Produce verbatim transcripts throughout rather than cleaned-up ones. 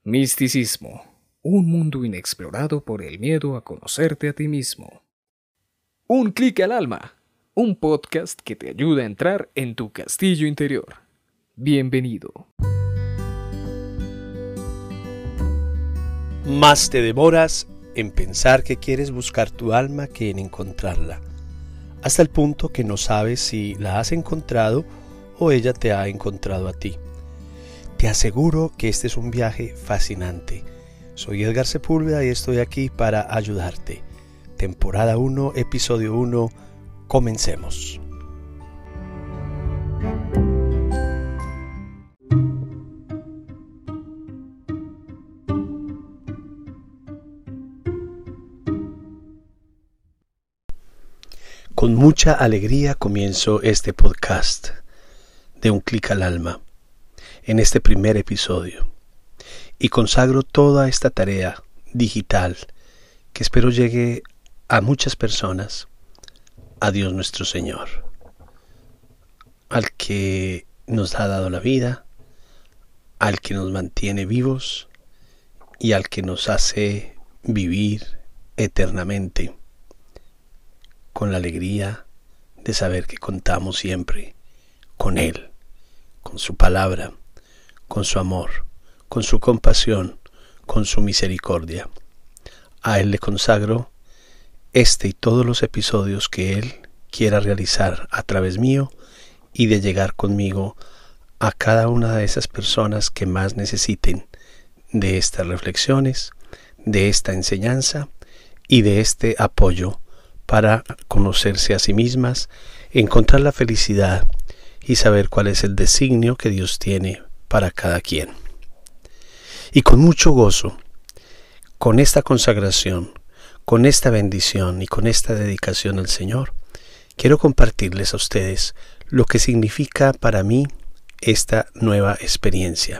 Misticismo, un mundo inexplorado por el miedo a conocerte a ti mismo. Un clic al alma, un podcast que te ayuda a entrar en tu castillo interior. Bienvenido. Más te demoras en pensar que quieres buscar tu alma que en encontrarla, hasta el punto que no sabes si la has encontrado o ella te ha encontrado a ti. Te aseguro que este es un viaje fascinante. Soy Edgar Sepúlveda y estoy aquí para ayudarte. Temporada uno, episodio uno, comencemos. Con mucha alegría comienzo este podcast de Un clic al alma, en este primer episodio, y consagro toda esta tarea digital que espero llegue a muchas personas, a Dios nuestro Señor, al que nos ha dado la vida, al que nos mantiene vivos y al que nos hace vivir eternamente, con la alegría de saber que contamos siempre con Él, con su palabra, con su amor, con su compasión, con su misericordia. A Él le consagro este y todos los episodios que Él quiera realizar a través mío y de llegar conmigo a cada una de esas personas que más necesiten de estas reflexiones, de esta enseñanza y de este apoyo para conocerse a sí mismas, encontrar la felicidad y saber cuál es el designio que Dios tiene para cada quien. Y con mucho gozo, con esta consagración, con esta bendición y con esta dedicación al Señor, quiero compartirles a ustedes lo que significa para mí esta nueva experiencia.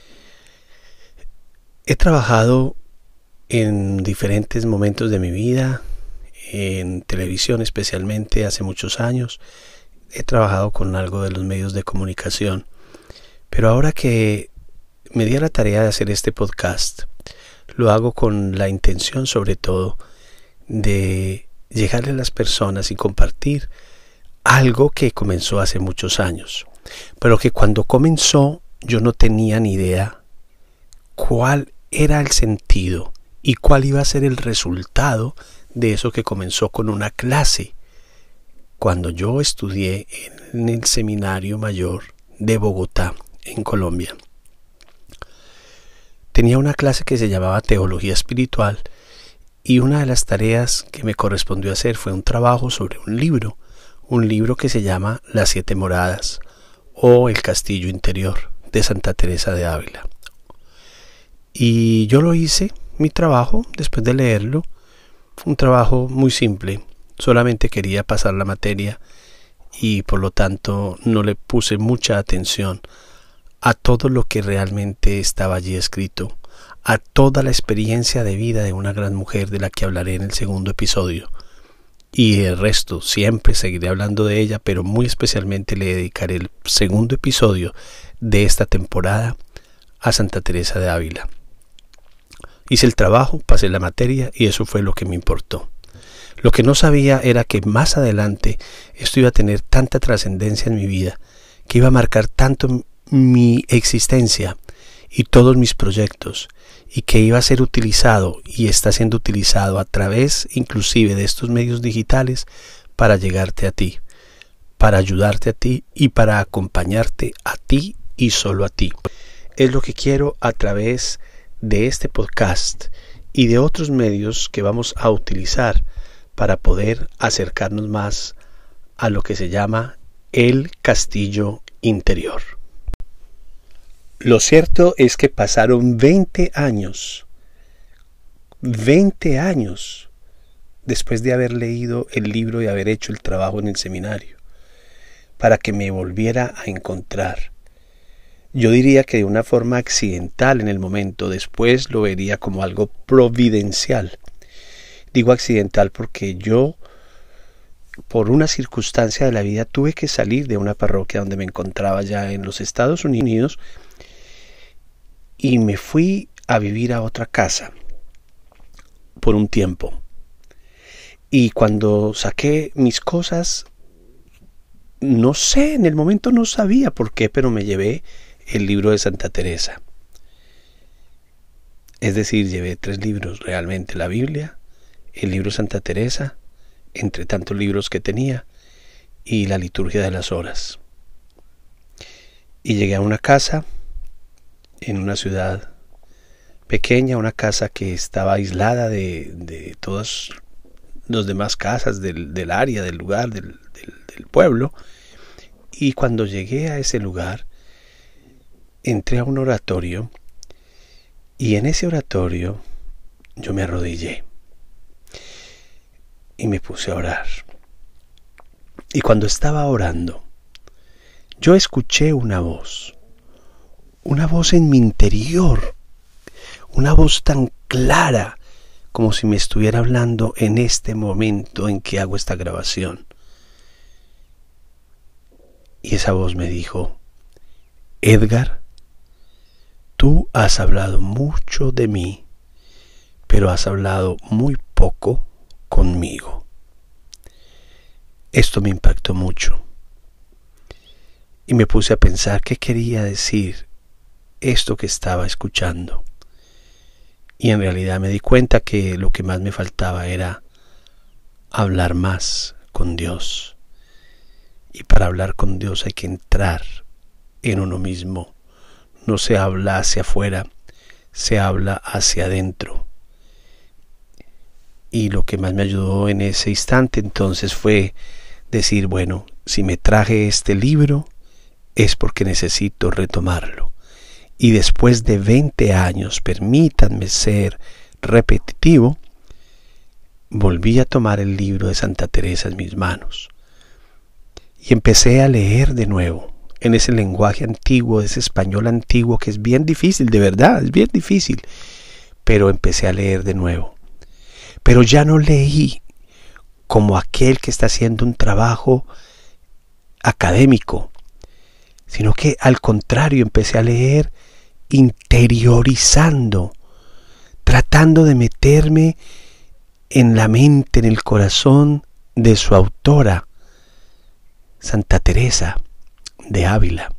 He trabajado en diferentes momentos de mi vida, en televisión especialmente hace muchos años. He trabajado con algo de los medios de comunicación, pero ahora que me di a la tarea de hacer este podcast, lo hago con la intención sobre todo de llegarle a las personas y compartir algo que comenzó hace muchos años, pero que cuando comenzó yo no tenía ni idea cuál era el sentido y cuál iba a ser el resultado de eso que comenzó con una clase. Cuando yo estudié en el Seminario Mayor de Bogotá, en Colombia, tenía una clase que se llamaba Teología Espiritual y una de las tareas que me correspondió hacer fue un trabajo sobre un libro, un libro que se llama Las Siete Moradas o El Castillo Interior de Santa Teresa de Ávila. Y yo lo hice, mi trabajo, después de leerlo. Fue un trabajo muy simple, solamente quería pasar la materia y por lo tanto no le puse mucha atención a todo lo que realmente estaba allí escrito, a toda la experiencia de vida de una gran mujer de la que hablaré en el segundo episodio. Y el resto siempre seguiré hablando de ella, pero muy especialmente le dedicaré el segundo episodio de esta temporada a Santa Teresa de Ávila. Hice el trabajo, pasé la materia y eso fue lo que me importó. Lo que no sabía era que más adelante esto iba a tener tanta trascendencia en mi vida, que iba a marcar tanto mi existencia y todos mis proyectos, y que iba a ser utilizado y está siendo utilizado a través inclusive de estos medios digitales para llegarte a ti, para ayudarte a ti y para acompañarte a ti y solo a ti. Es lo que quiero a través de este podcast y de otros medios que vamos a utilizar para poder acercarnos más a lo que se llama el castillo interior. Lo cierto es que pasaron veinte años, veinte años después de haber leído el libro y haber hecho el trabajo en el seminario, para que me volviera a encontrar. Yo diría que de una forma accidental en el momento, después lo vería como algo providencial. Digo accidental porque yo, por una circunstancia de la vida, tuve que salir de una parroquia donde me encontraba ya en los Estados Unidos y me fui a vivir a otra casa por un tiempo. Y cuando saqué mis cosas, no sé, en el momento no sabía por qué, pero me llevé el libro de Santa Teresa. Es decir, llevé tres libros realmente: la Biblia, el libro de Santa Teresa, entre tantos libros que tenía, y la liturgia de las horas. Y llegué a una casa en una ciudad pequeña, una casa que estaba aislada de, de todas las demás casas del, del área, del lugar, del, del, del pueblo. Y cuando llegué a ese lugar, entré a un oratorio, y en ese oratorio yo me arrodillé y me puse a orar. Y cuando estaba orando, yo escuché una voz, una voz en mi interior, una voz tan clara como si me estuviera hablando en este momento en que hago esta grabación. Y esa voz me dijo: Edgar, tú has hablado mucho de mí, pero has hablado muy poco conmigo. Esto me impactó mucho. Y me puse a pensar qué quería decir esto que estaba escuchando. Y en realidad me di cuenta que lo que más me faltaba era hablar más con Dios. Y para hablar con Dios hay que entrar en uno mismo. No se habla hacia afuera, se habla hacia adentro. Y lo que más me ayudó en ese instante entonces fue decir, bueno, si me traje este libro es porque necesito retomarlo. Y después de veinte años, permítanme ser repetitivo, volví a tomar el libro de Santa Teresa en mis manos. Y empecé a leer de nuevo, en ese lenguaje antiguo, ese español antiguo que es bien difícil, de verdad, es bien difícil. Pero empecé a leer de nuevo. Pero ya no leí como aquel que está haciendo un trabajo académico, sino que al contrario empecé a leer interiorizando, tratando de meterme en la mente, en el corazón de su autora, Santa Teresa de Ávila.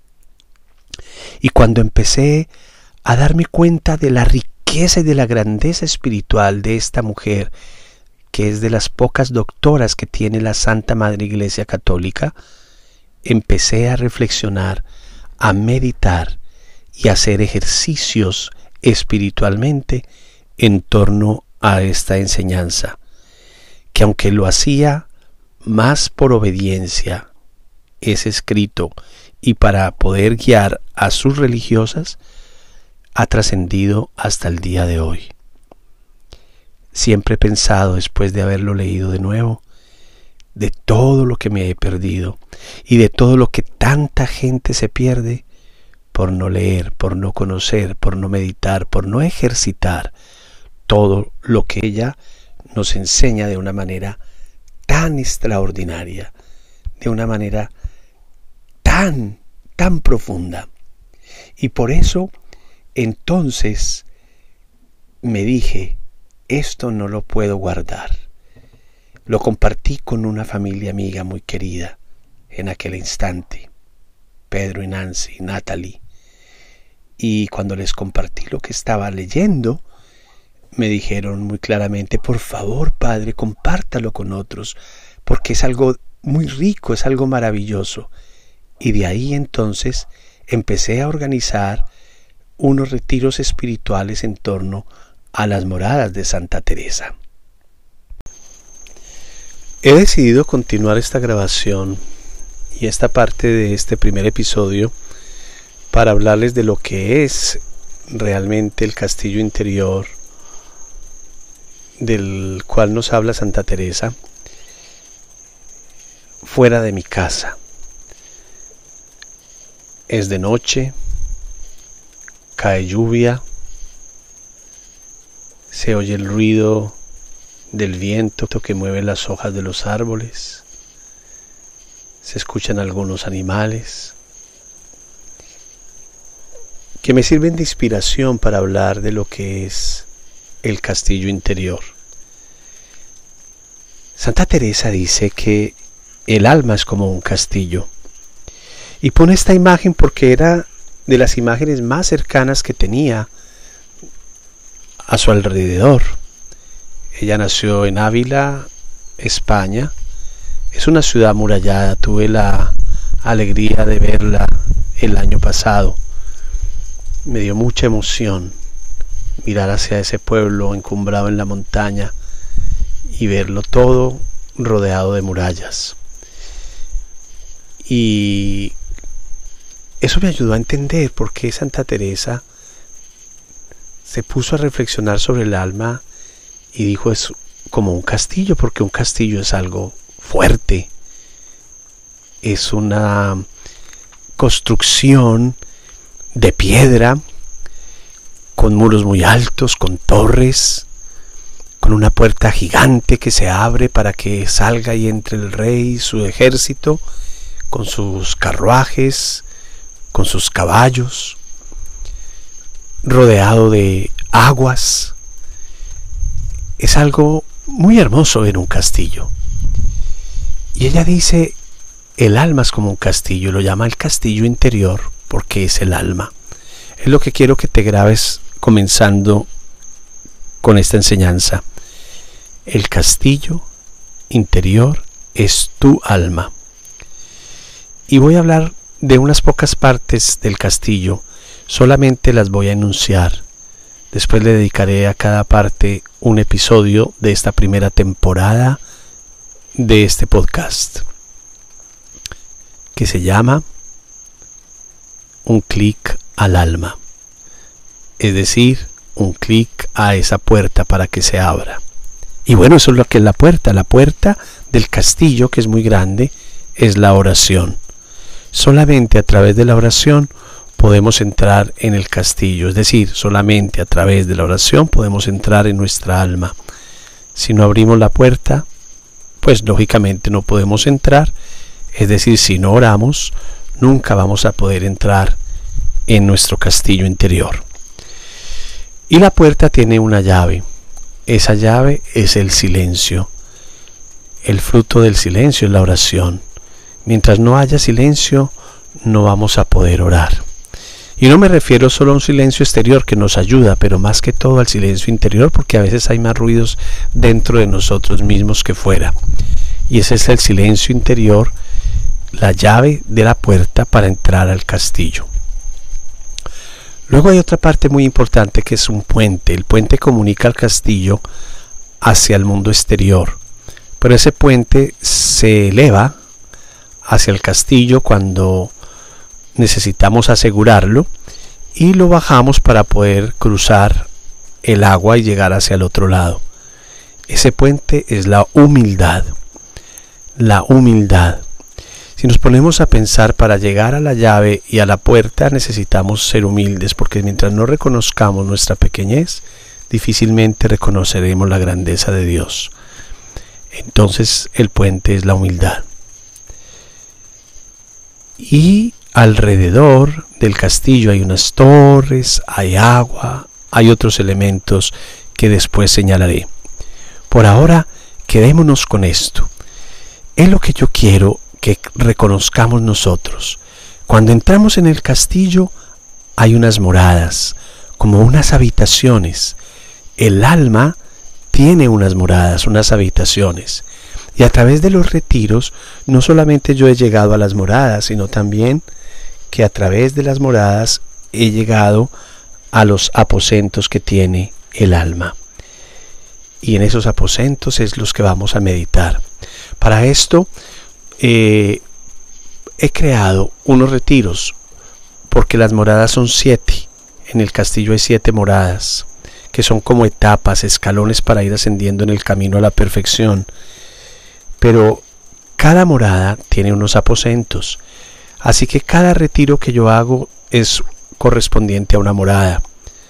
Y cuando empecé a darme cuenta de la riqueza y de la grandeza espiritual de esta mujer, que es de las pocas doctoras que tiene la Santa Madre Iglesia Católica, empecé a reflexionar, a meditar y a hacer ejercicios espiritualmente en torno a esta enseñanza, que aunque lo hacía más por obediencia, es escrito y para poder guiar a sus religiosas, ha trascendido hasta el día de hoy. Siempre he pensado, después de haberlo leído de nuevo, de todo lo que me he perdido y de todo lo que tanta gente se pierde por no leer, por no conocer, por no meditar, por no ejercitar todo lo que ella nos enseña de una manera tan extraordinaria, de una manera tan, tan profunda. Y por eso, entonces, me dije, esto no lo puedo guardar. Lo compartí con una familia amiga muy querida en aquel instante, Pedro y Nancy, Natalie. Y cuando les compartí lo que estaba leyendo, me dijeron muy claramente, por favor, padre, compártalo con otros, porque es algo muy rico, es algo maravilloso. Y de ahí entonces empecé a organizar unos retiros espirituales en torno a las moradas de Santa Teresa. He decidido continuar esta grabación y esta parte de este primer episodio para hablarles de lo que es realmente el castillo interior del cual nos habla Santa Teresa fuera de mi casa. Es de noche, cae lluvia, se oye el ruido del viento que mueve las hojas de los árboles, se escuchan algunos animales que me sirven de inspiración para hablar de lo que es el castillo interior. Santa Teresa dice que el alma es como un castillo, y pone esta imagen porque era de las imágenes más cercanas que tenía a su alrededor. Ella nació en Ávila, España. Es una ciudad amurallada. Tuve la alegría de verla el año pasado. Me dio mucha emoción mirar hacia ese pueblo encumbrado en la montaña y verlo todo rodeado de murallas. Y eso me ayudó a entender por qué Santa Teresa se puso a reflexionar sobre el alma y dijo: es como un castillo, porque un castillo es algo fuerte, es una construcción de piedra, con muros muy altos, con torres, con una puerta gigante que se abre para que salga y entre el rey y su ejército, con sus carruajes, con sus caballos, rodeado de aguas. Es algo muy hermoso ver un castillo. Y ella dice, el alma es como un castillo, lo llama el castillo interior porque es el alma. Es lo que quiero que te grabes comenzando con esta enseñanza. El castillo interior es tu alma. Y voy a hablar de unas pocas partes del castillo, solamente las voy a enunciar. Después le dedicaré a cada parte un episodio de esta primera temporada de este podcast, que se llama Un clic al alma, es decir, un clic a esa puerta para que se abra. Y bueno, eso es lo que es la puerta. La puerta del castillo, que es muy grande, es la oración. Solamente a través de la oración podemos entrar en el castillo, es decir, solamente a través de la oración podemos entrar en nuestra alma. Si no abrimos la puerta, pues lógicamente no podemos entrar, es decir, si no oramos, nunca vamos a poder entrar en nuestro castillo interior. Y la puerta tiene una llave. Esa llave es el silencio. El fruto del silencio es la oración. Mientras no haya silencio, no vamos a poder orar. Y no me refiero solo a un silencio exterior que nos ayuda, pero más que todo al silencio interior, porque a veces hay más ruidos dentro de nosotros mismos que fuera. Y ese es el silencio interior, la llave de la puerta para entrar al castillo. Luego hay otra parte muy importante que es un puente. El puente comunica al castillo hacia el mundo exterior, pero ese puente se eleva hacia el castillo cuando necesitamos asegurarlo y lo bajamos para poder cruzar el agua y llegar hacia el otro lado. Ese puente es la humildad. La humildad. Si nos ponemos a pensar, para llegar a la llave y a la puerta necesitamos ser humildes, porque mientras no reconozcamos nuestra pequeñez, difícilmente reconoceremos la grandeza de Dios. Entonces el puente es la humildad. Y alrededor del castillo hay unas torres, hay agua, hay otros elementos que después señalaré. Por ahora, quedémonos con esto. Es lo que yo quiero que reconozcamos nosotros. Cuando entramos en el castillo hay unas moradas, como unas habitaciones. El alma tiene unas moradas, unas habitaciones. Y a través de los retiros, no solamente yo he llegado a las moradas, sino también que a través de las moradas he llegado a los aposentos que tiene el alma. Y en esos aposentos es los que vamos a meditar. Para esto eh, he creado unos retiros, porque las moradas son siete. En el castillo hay siete moradas, que son como etapas, escalones para ir ascendiendo en el camino a la perfección. Pero cada morada tiene unos aposentos, así que cada retiro que yo hago es correspondiente a una morada.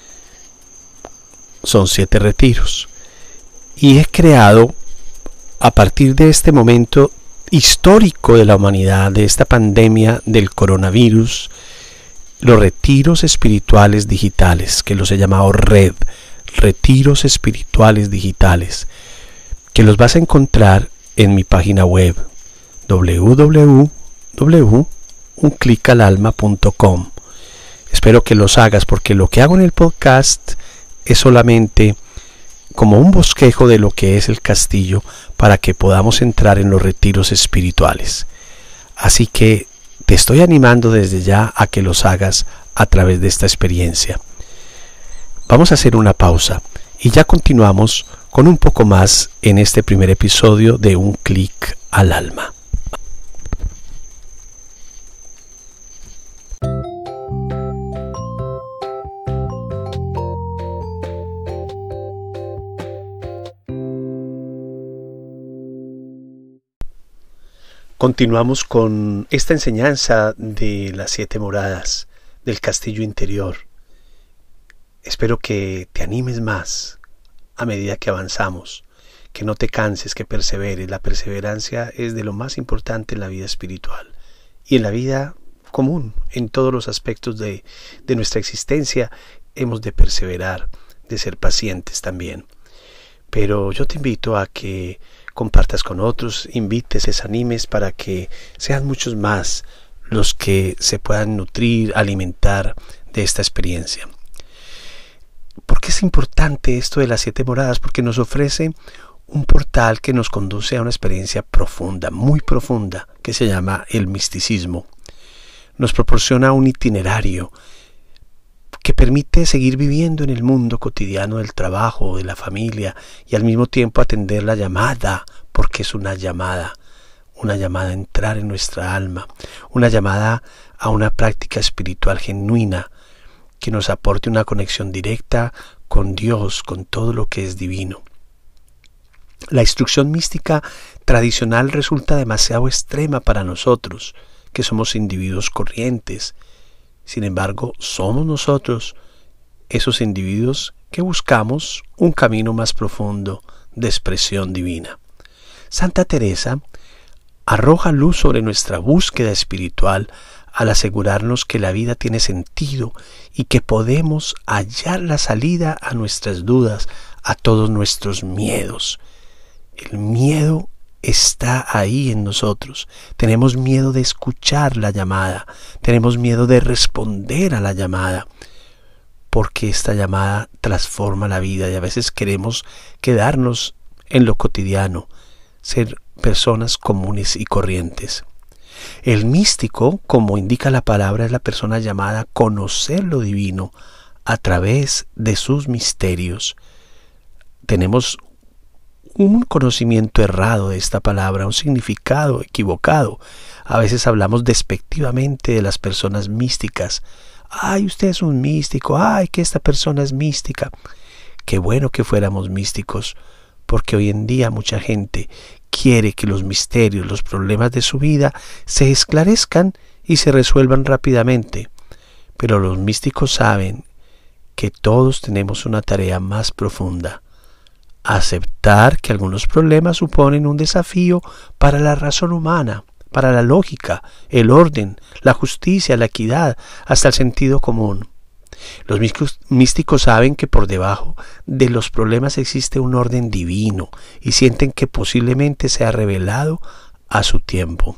Son siete retiros. Y he creado, a partir de este momento histórico de la humanidad, de esta pandemia del coronavirus, los retiros espirituales digitales, que los he llamado red, retiros espirituales digitales, que los vas a encontrar en mi página web doble u doble u doble u punto un clic al alma punto com. Espero que los hagas, porque lo que hago en el podcast es solamente como un bosquejo de lo que es el castillo para que podamos entrar en los retiros espirituales. Así que te estoy animando desde ya a que los hagas a través de esta experiencia. Vamos a hacer una pausa y ya continuamos con un poco más en este primer episodio de Un Clic al Alma. Continuamos con esta enseñanza de las siete moradas del castillo interior. Espero que te animes más a medida que avanzamos, que no te canses, que perseveres. La perseverancia es de lo más importante en la vida espiritual y en la vida común, en todos los aspectos de, de nuestra existencia. Hemos de perseverar, de ser pacientes también. Pero yo te invito a que compartas con otros, invites, les animes para que sean muchos más los que se puedan nutrir, alimentar de esta experiencia. ¿Por qué es importante esto de las siete moradas? Porque nos ofrece un portal que nos conduce a una experiencia profunda, muy profunda, que se llama el misticismo. Nos proporciona un itinerario que permite seguir viviendo en el mundo cotidiano del trabajo, de la familia, y al mismo tiempo atender la llamada, porque es una llamada, una llamada a entrar en nuestra alma, una llamada a una práctica espiritual genuina que nos aporte una conexión directa con Dios, con todo lo que es divino. La instrucción mística tradicional resulta demasiado extrema para nosotros, que somos individuos corrientes. Sin embargo, somos nosotros esos individuos que buscamos un camino más profundo de expresión divina. Santa Teresa arroja luz sobre nuestra búsqueda espiritual al asegurarnos que la vida tiene sentido y que podemos hallar la salida a nuestras dudas, a todos nuestros miedos. El miedo está ahí en nosotros. Tenemos miedo de escuchar la llamada, tenemos miedo de responder a la llamada, porque esta llamada transforma la vida y a veces queremos quedarnos en lo cotidiano, ser personas comunes y corrientes. El místico, como indica la palabra, es la persona llamada a conocer lo divino a través de sus misterios. Tenemos un conocimiento errado de esta palabra, un significado equivocado. A veces hablamos despectivamente de las personas místicas. Ay, usted es un místico. Ay, que esta persona es mística. Qué bueno que fuéramos místicos, porque hoy en día mucha gente quiere que los misterios, los problemas de su vida se esclarezcan y se resuelvan rápidamente. Pero los místicos saben que todos tenemos una tarea más profunda: aceptar que algunos problemas suponen un desafío para la razón humana, para la lógica, el orden, la justicia, la equidad, hasta el sentido común. Los místicos saben que por debajo de los problemas existe un orden divino y sienten que posiblemente sea revelado a su tiempo.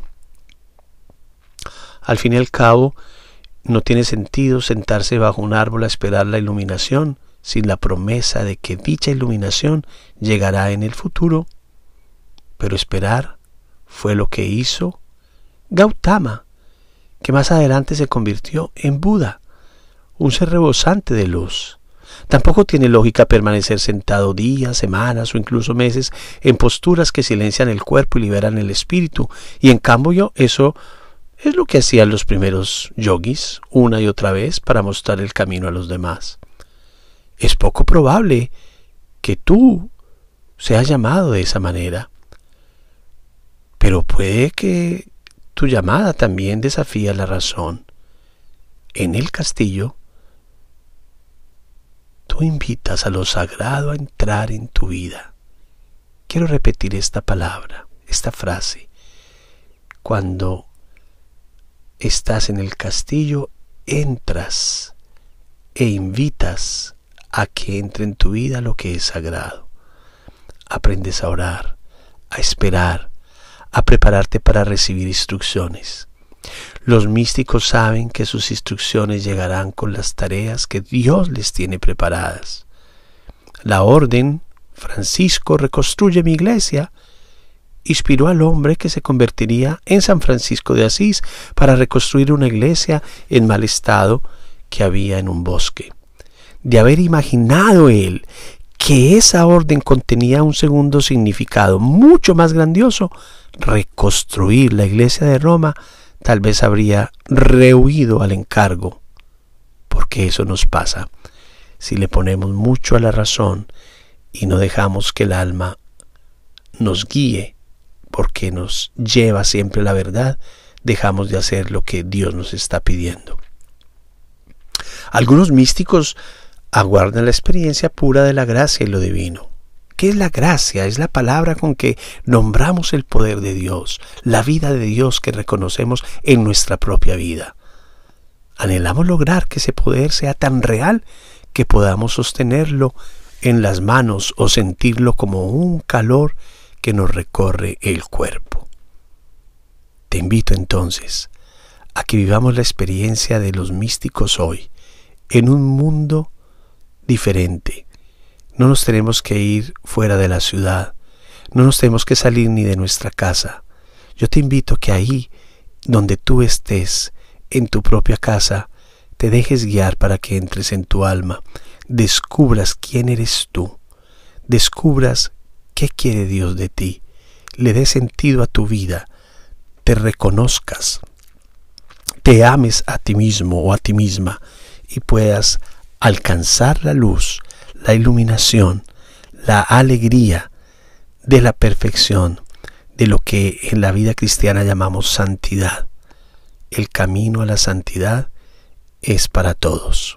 Al fin y al cabo, no tiene sentido sentarse bajo un árbol a esperar la iluminación sin la promesa de que dicha iluminación llegará en el futuro. Pero esperar fue lo que hizo Gautama, que más adelante se convirtió en Buda, un ser rebosante de luz. Tampoco tiene lógica permanecer sentado días, semanas o incluso meses en posturas que silencian el cuerpo y liberan el espíritu, y en cambio eso es lo que hacían los primeros yogis una y otra vez para mostrar el camino a los demás. Es poco probable que tú seas llamado de esa manera, pero puede que tu llamada también desafíe la razón. En el castillo, tú invitas a lo sagrado a entrar en tu vida. Quiero repetir esta palabra, esta frase. Cuando estás en el castillo, entras e invitas a que entre en tu vida lo que es sagrado. Aprendes a orar, a esperar, a prepararte para recibir instrucciones. Los místicos saben que sus instrucciones llegarán con las tareas que Dios les tiene preparadas. La orden, Francisco reconstruye mi iglesia, inspiró al hombre que se convertiría en San Francisco de Asís para reconstruir una iglesia en mal estado que había en un bosque. De haber imaginado él que esa orden contenía un segundo significado mucho más grandioso, reconstruir la iglesia de Roma, tal vez habría rehuido al encargo, porque eso nos pasa si le ponemos mucho a la razón y no dejamos que el alma nos guíe, porque nos lleva siempre la verdad, dejamos de hacer lo que Dios nos está pidiendo. Algunos místicos aguardan la experiencia pura de la gracia y lo divino. ¿Qué es la gracia? Es la palabra con que nombramos el poder de Dios, la vida de Dios que reconocemos en nuestra propia vida. Anhelamos lograr que ese poder sea tan real que podamos sostenerlo en las manos o sentirlo como un calor que nos recorre el cuerpo. Te invito entonces a que vivamos la experiencia de los místicos hoy, en un mundo diferente. No nos tenemos que ir fuera de la ciudad, no nos tenemos que salir ni de nuestra casa. Yo te invito a que ahí, donde tú estés, en tu propia casa, te dejes guiar para que entres en tu alma, descubras quién eres tú, descubras qué quiere Dios de ti, le des sentido a tu vida, te reconozcas, te ames a ti mismo o a ti misma y puedas alcanzar la luz, la iluminación, la alegría de la perfección, de lo que en la vida cristiana llamamos santidad. El camino a la santidad es para todos.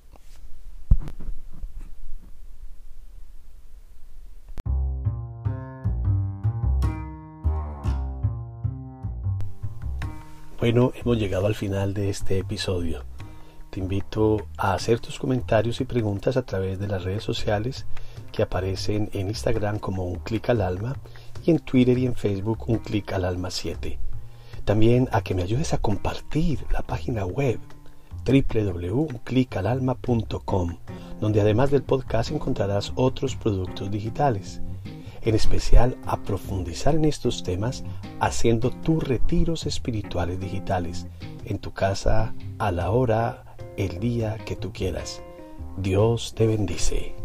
Bueno, hemos llegado al final de este episodio. Te invito a hacer tus comentarios y preguntas a través de las redes sociales que aparecen en Instagram como Un Clic al Alma y en Twitter y en Facebook Un Clic al Alma siete. También a que me ayudes a compartir la página web doble u doble u doble u punto un clic al alma punto com, donde además del podcast encontrarás otros productos digitales. En especial a profundizar en estos temas haciendo tus retiros espirituales digitales en tu casa, a la hora, el día que tú quieras. Dios te bendice.